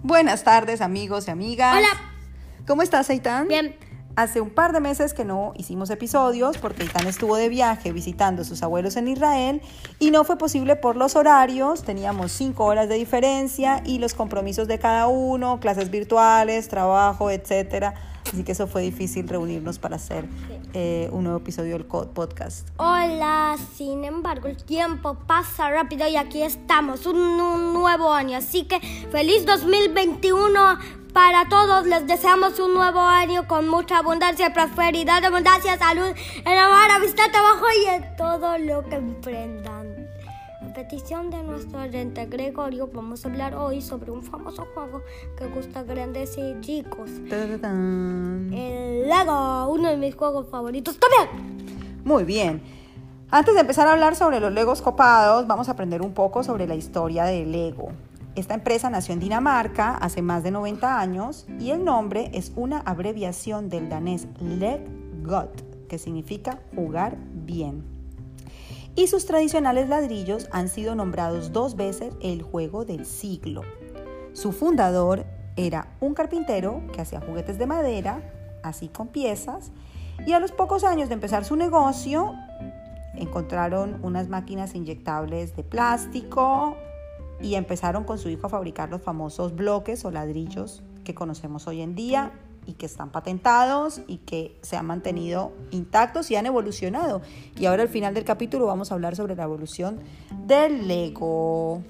Buenas tardes, amigos y amigas. Hola. ¿Cómo estás, Aitán? Bien. Hace un par de meses que no hicimos episodios porque Aitán estuvo de viaje visitando a sus abuelos en Israel y no fue posible por los horarios. Teníamos 5 horas de diferencia y los compromisos de cada uno, clases virtuales, trabajo, etcétera. Así que eso fue difícil reunirnos para hacer un nuevo episodio del podcast. Hola, sin embargo, el tiempo pasa rápido y aquí estamos, un nuevo año. Así que feliz 2021 para todos. Les deseamos un nuevo año con mucha abundancia, prosperidad, abundancia, salud, en amor, amistad, trabajo y en todo lo que emprendan. A petición de nuestro oyente Gregorio, vamos a hablar hoy sobre un famoso juego que gusta a grandes y chicos. ¡Tarán! El Lego, uno de mis juegos favoritos también. Muy bien. Antes de empezar a hablar sobre los Legos copados, vamos a aprender un poco sobre la historia de Lego. Esta empresa nació en Dinamarca hace más de 90 años y el nombre es una abreviación del danés Leg Godt, que significa jugar bien. Y sus tradicionales ladrillos han sido nombrados 2 veces el juego del siglo. Su fundador era un carpintero que hacía juguetes de madera, así con piezas, y a los pocos años de empezar su negocio, encontraron unas máquinas inyectables de plástico y empezaron con su hijo a fabricar los famosos bloques o ladrillos que conocemos hoy en día y que están patentados y que se han mantenido intactos y han evolucionado. Y ahora al final del capítulo vamos a hablar sobre la evolución del Lego.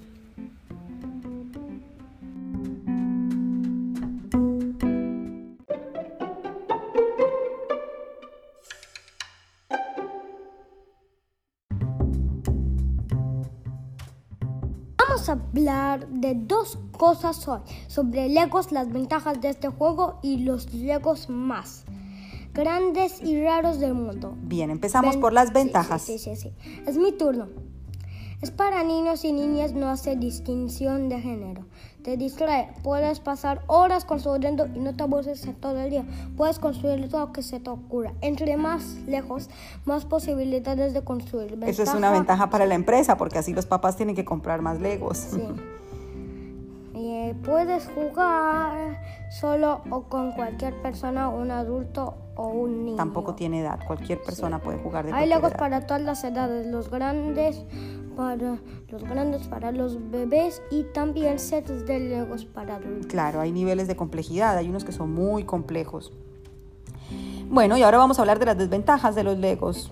Vamos a hablar de 2 cosas hoy, sobre Legos, las ventajas de este juego y los Legos más grandes y raros del mundo. Bien, empezamos por las ventajas. Sí. Es mi turno. Es para niños y niñas, no hace distinción de género. Te distrae, puedes pasar horas construyendo y no te aburres todo el día. Puedes construir todo lo que se te ocurra. Entre más lejos, más posibilidades de construir. Eso es una ventaja para la empresa porque así los papás tienen que comprar más Legos. Sí. Puedes jugar solo o con cualquier persona, un adulto o un niño. Tampoco tiene edad, cualquier persona puede jugar de Hay cualquier Legos edad. para todas las edades, los grandes para los bebés y también sets de Legos para adultos. Claro, hay niveles de complejidad, hay unos que son muy complejos. Bueno, y ahora vamos a hablar de las desventajas de los Legos.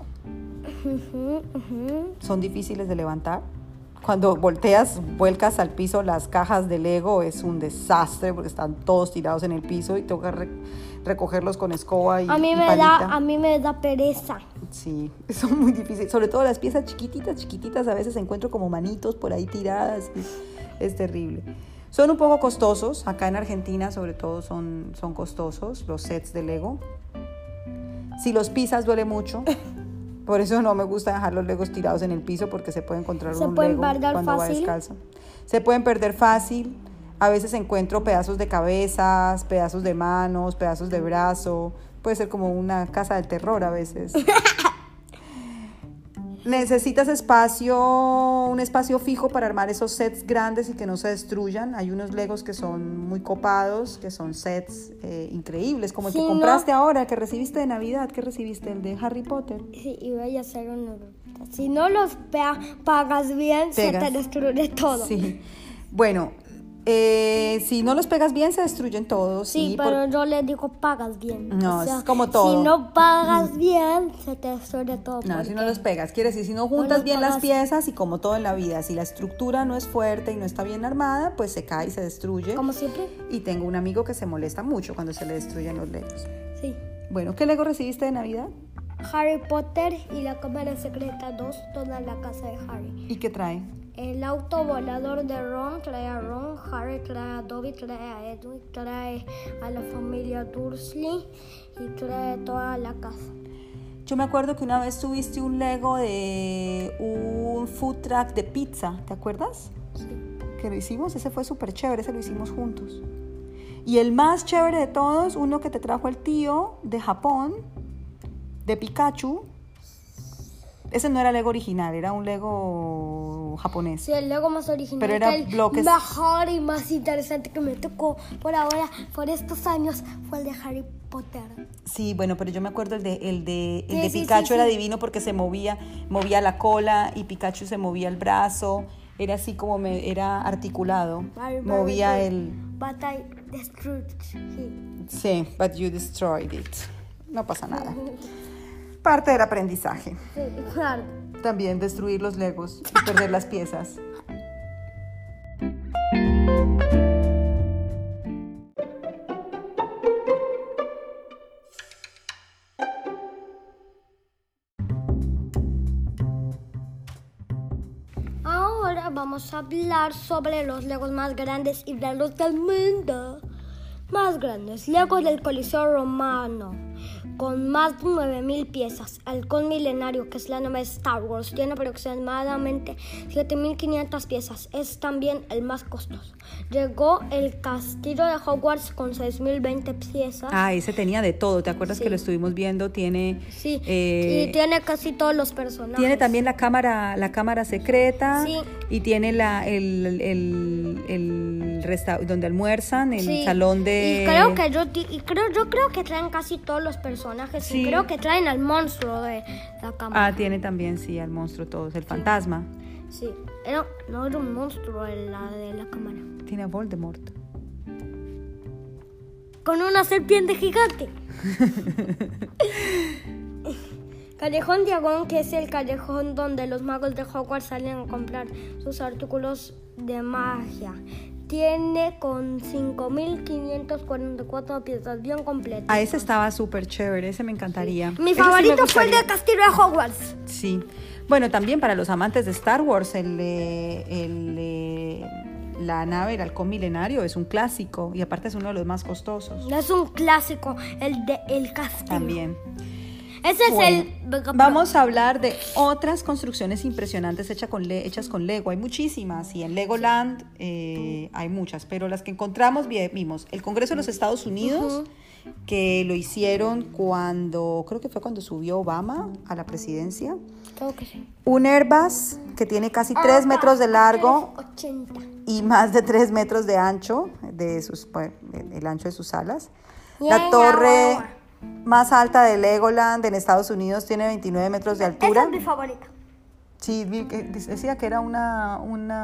Son difíciles de levantar. Cuando vuelcas al piso las cajas de Lego es un desastre porque están todos tirados en el piso y tengo que recogerlos con escoba y palita. A mí me da pereza. Sí, son muy difíciles. Sobre todo las piezas chiquititas, a veces encuentro como manitos por ahí tiradas. Es terrible. Son un poco costosos. Acá en Argentina sobre todo son costosos los sets de Lego. Si los pisas duele mucho. Por eso no me gusta dejar los Legos tirados en el piso porque se puede encontrar un Lego cuando va descalzo. Se pueden perder fácil. A veces encuentro pedazos de cabezas, pedazos de manos, pedazos de brazo. Puede ser como una casa del terror a veces. Necesitas un espacio fijo para armar esos sets grandes y que no se destruyan. Hay unos Legos que son muy copados, que son sets increíbles, como el que compraste ahora, que recibiste de Navidad. ¿Qué recibiste? El de Harry Potter. Sí, y voy a hacer una pregunta. Si no los pagas bien, se te destruye todo. Sí. Bueno, si no los pegas bien, se destruyen todos. Sí, pero yo le digo pagas bien. No, es como todo. Si no pagas bien, se te destruye todo. No, si no los pegas. Quiere decir, si no juntas bien las piezas y como todo en la vida, si la estructura no es fuerte y no está bien armada, pues se cae y se destruye. Como siempre. Y tengo un amigo que se molesta mucho cuando se le destruyen los Legos. Sí. Bueno, ¿qué Lego recibiste de Navidad? Harry Potter y la Cámara Secreta 2, toda la casa de Harry. ¿Y qué trae? El auto volador de Ron, trae a Ron, Harry trae a Dobby, trae a Edwin, trae a la familia Dursley y trae toda la casa. Yo me acuerdo que una vez tuviste un Lego de un food truck de pizza, ¿te acuerdas? Sí. Que lo hicimos, ese fue súper chévere, ese lo hicimos juntos. Y el más chévere de todos, uno que te trajo el tío de Japón, de Pikachu. Ese no era Lego original, era un Lego japonés. Sí, el Lego más original. Pero era que el bloques. mejor y más interesante que me tocó por ahora, por estos años, fue el de Harry Potter. Sí, bueno, pero yo me acuerdo el de Sí, Pikachu sí, era sí. divino porque se movía la cola y Pikachu se movía el brazo. Era así como era articulado. Very, very Movía good. el... But I destroyed him. Sí, but you destroyed it. No pasa nada. Parte del aprendizaje. Sí, claro. También destruir los Legos y perder las piezas. Ahora vamos a hablar sobre los Legos más grandes y raros del mundo. Más grandes, Legos del Coliseo Romano, con más de 9.000 piezas. Halcón Milenario, que es la nave de Star Wars, tiene aproximadamente 7.500 piezas. Es también el más costoso. Llegó el castillo de Hogwarts con 6.020 piezas. Ah, ese tenía de todo. ¿Te acuerdas Sí. que lo estuvimos viendo? Tiene... Sí, y tiene casi todos los personajes. Tiene también la cámara secreta. Sí. Y tiene donde almuerzan, el Sí, salón de... yo creo que traen casi todos los personajes. Sí. Y creo que traen al monstruo de la cámara. Ah, tiene también, sí, al monstruo todos, el fantasma. Sí, no era un monstruo la de la cámara. Tiene a Voldemort. Con una serpiente gigante. Callejón Diagon, que es el callejón donde los magos de Hogwarts salen a comprar sus artículos de magia. Tiene con 5.544 piezas bien completas. A ese estaba súper chévere, ese me encantaría. Mi Ese sí me favorito fue el gustaría. del castillo de Hogwarts. Sí. Bueno, también para los amantes de Star Wars, la nave, el halcón milenario, es un clásico y aparte es uno de los más costosos. Es un clásico, el castillo. También. Ese es Bueno, el... vamos a hablar de otras construcciones impresionantes hechas con Lego. Hay muchísimas y en Legoland hay muchas, pero las que encontramos vimos el Congreso de los Estados Unidos, que lo hicieron creo que fue cuando subió Obama a la presidencia. Creo que sí. Un Airbus que tiene casi 3 metros de largo 80. y más de 3 metros de ancho, el ancho de sus alas. La Yeah, torre wow. más alta de Legoland en Estados Unidos tiene 29 metros de Esa altura. es mi favorita. Sí, decía que era una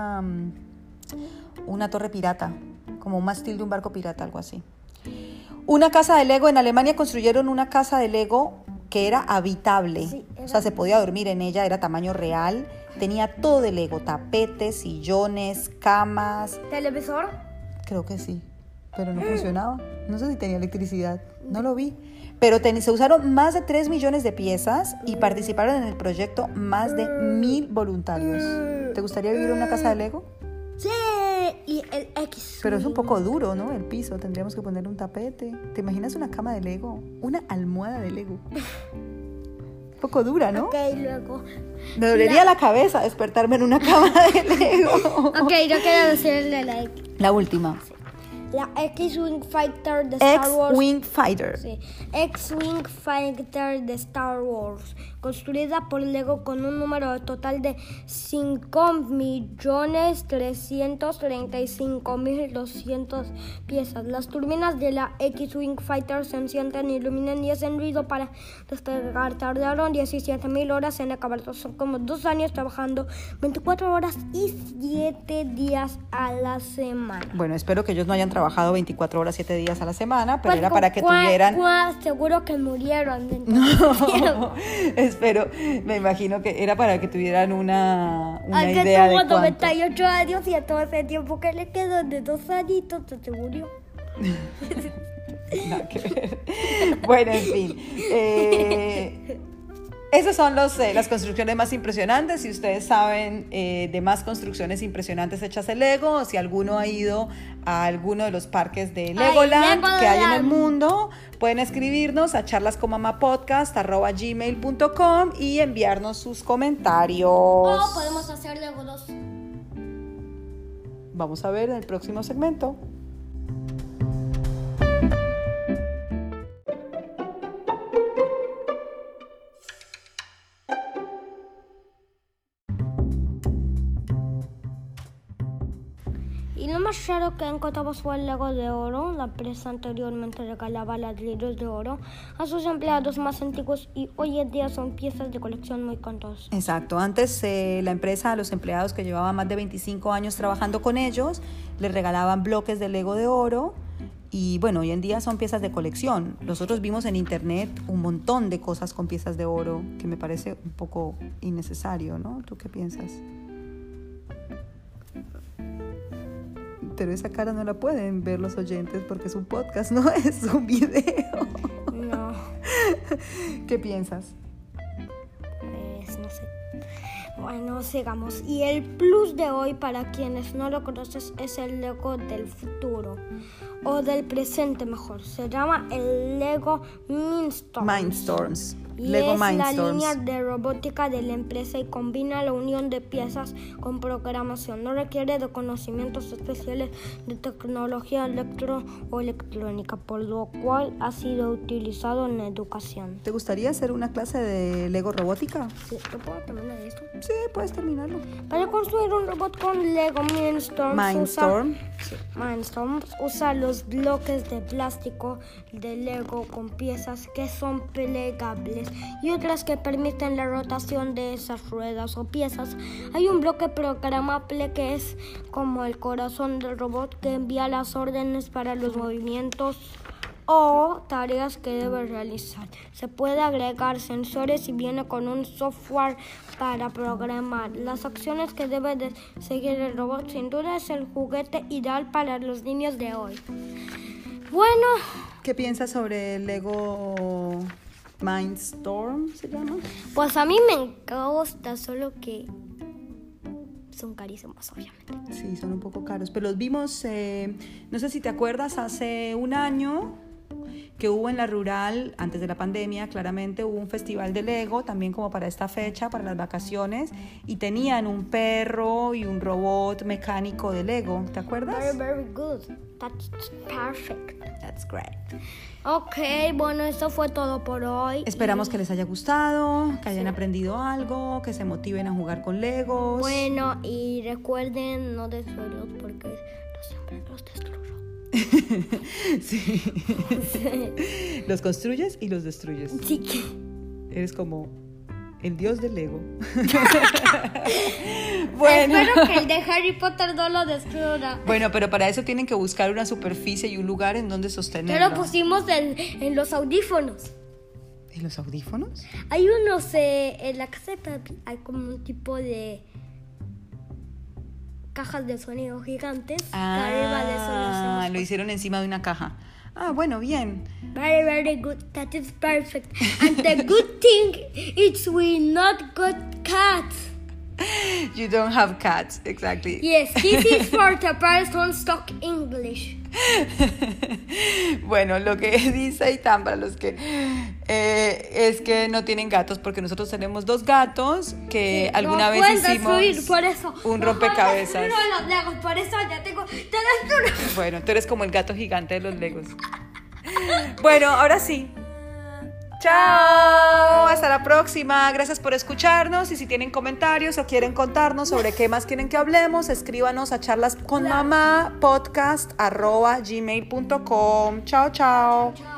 torre pirata, como un mástil de un barco pirata, algo así. Una casa de Lego. En Alemania construyeron una casa de Lego que era habitable. Sí, O sea, se podía dormir en ella, era tamaño real. Tenía todo de Lego, tapetes, sillones, camas. ¿Televisor? Creo que sí, pero no funcionaba. No sé si tenía electricidad, no lo vi. Pero se usaron más de 3 millones de piezas y participaron en el proyecto más de 1.000 voluntarios. ¿Te gustaría vivir en una casa de Lego? Sí. Y el X. Pero es un poco duro, ¿no? El piso, tendríamos que poner un tapete. ¿Te imaginas una cama de Lego? Una almohada de Lego. Un poco dura, ¿no? Ok, luego. Me dolería la cabeza despertarme en una cama de Lego. Ok, yo quiero decirle la X. La última. La X-Wing Fighter de Star Wars. X-Wing Fighter. Sí. X-Wing Fighter de Star Wars, construida por Lego con un número total de 5.335.200 piezas. Las turbinas de la X-Wing Fighter se encienden, iluminan y hacen ruido para despegar. Tardaron 17.000 horas en acabar. Son como 2 años trabajando 24 horas y 7 días a la semana. Bueno, espero que ellos no hayan trabajado 24 horas, 7 días a la semana, pero Pues, era para que tuvieran... seguro que murieron. No, espero, me imagino que era para que tuvieran una idea de tuvo cuánto. 98 años y a todo ese tiempo que le quedó de 2 añitos se murió. Nada que ver. Bueno, en fin. Esas son las construcciones más impresionantes. Si ustedes saben de más construcciones impresionantes hechas de Lego, o si alguno ha ido a alguno de los parques de Legoland que hay en el mundo, pueden escribirnos a charlascomamapodcast@gmail.com y enviarnos sus comentarios. O podemos hacer Lego 2. Vamos a ver en el próximo segmento. Y lo más raro que encontramos fue el Lego de oro. La empresa anteriormente regalaba ladrillos de oro a sus empleados más antiguos y hoy en día son piezas de colección muy costosas. Exacto, antes la empresa a los empleados que llevaban más de 25 años trabajando con ellos les regalaban bloques de Lego de oro. Y bueno, hoy en día son piezas de colección. Nosotros vimos en internet un montón de cosas con piezas de oro que me parece un poco innecesario, ¿no? ¿Tú qué piensas? Pero esa cara no la pueden ver los oyentes porque es un podcast, no es un video. No. ¿Qué piensas? Pues no sé. Bueno, sigamos. Y el plus de hoy, para quienes no lo conocen, es el Lego del futuro. O del presente, mejor. Se llama el Lego Mindstorms. Y Lego es Mindstorms. la línea de robótica de la empresa y combina la unión de piezas con programación. No requiere de conocimientos especiales de tecnología electro o electrónica, por lo cual ha sido utilizado en la educación. ¿Te gustaría hacer una clase de Lego robótica? Sí, ¿yo puedo terminar esto? Sí, puedes terminarlo. Para construir un robot con Lego Mindstorms usa los bloques de plástico de Lego con piezas que son plegables y otras que permiten la rotación de esas ruedas o piezas. Hay un bloque programable que es como el corazón del robot que envía las órdenes para los movimientos o tareas que debe realizar. Se puede agregar sensores y viene con un software para programar las acciones que debe de seguir el robot. Sin duda es el juguete ideal para los niños de hoy. Bueno, ¿qué piensas sobre el Lego Mindstorm, se llama? pues a mí me gusta, solo que son carísimos, obviamente. Sí, son un poco caros, pero los vimos, no sé si te acuerdas, hace un año que hubo en la Rural, antes de la pandemia, claramente hubo un festival de Lego, también como para esta fecha, para las vacaciones, y tenían un perro y un robot mecánico de Lego, ¿te acuerdas? Very, very good. That's perfect. That's great. Ok, bueno, eso fue todo por hoy. Esperamos que les haya gustado, que hayan aprendido algo, que se motiven a jugar con Legos. Bueno, y recuerden no destruirlos porque no siempre los destruyo. Sí. Los construyes y los destruyes. Sí. Eres como el dios del Lego. Bueno. Espero que el de Harry Potter no lo destruya. Bueno, pero para eso tienen que buscar una superficie y un lugar en donde sostenerlo. Ya lo pusimos en los audífonos. ¿En los audífonos? Hay unos en la casa de papi, hay como un tipo de cajas de sonido gigantes. Que arriba de eso lo hicieron encima de una caja. Bueno, bien. Very, very good. That is perfect. And the good thing is we not got cats. You don't have cats, exactly. Yes, this is for the person talk English. Bueno, lo que dice Aitan para los que es que no tienen gatos, porque nosotros tenemos 2 gatos que alguna vez hicimos por eso. un rompecabezas. Los Legos, por eso ya tengo. Bueno, tú eres como el gato gigante de los Legos. Bueno, ahora sí. Chao, hasta la próxima. Gracias por escucharnos y si tienen comentarios o quieren contarnos sobre qué más quieren que hablemos, escríbanos a charlasconmamá podcast@gmail.com. Chao, chao.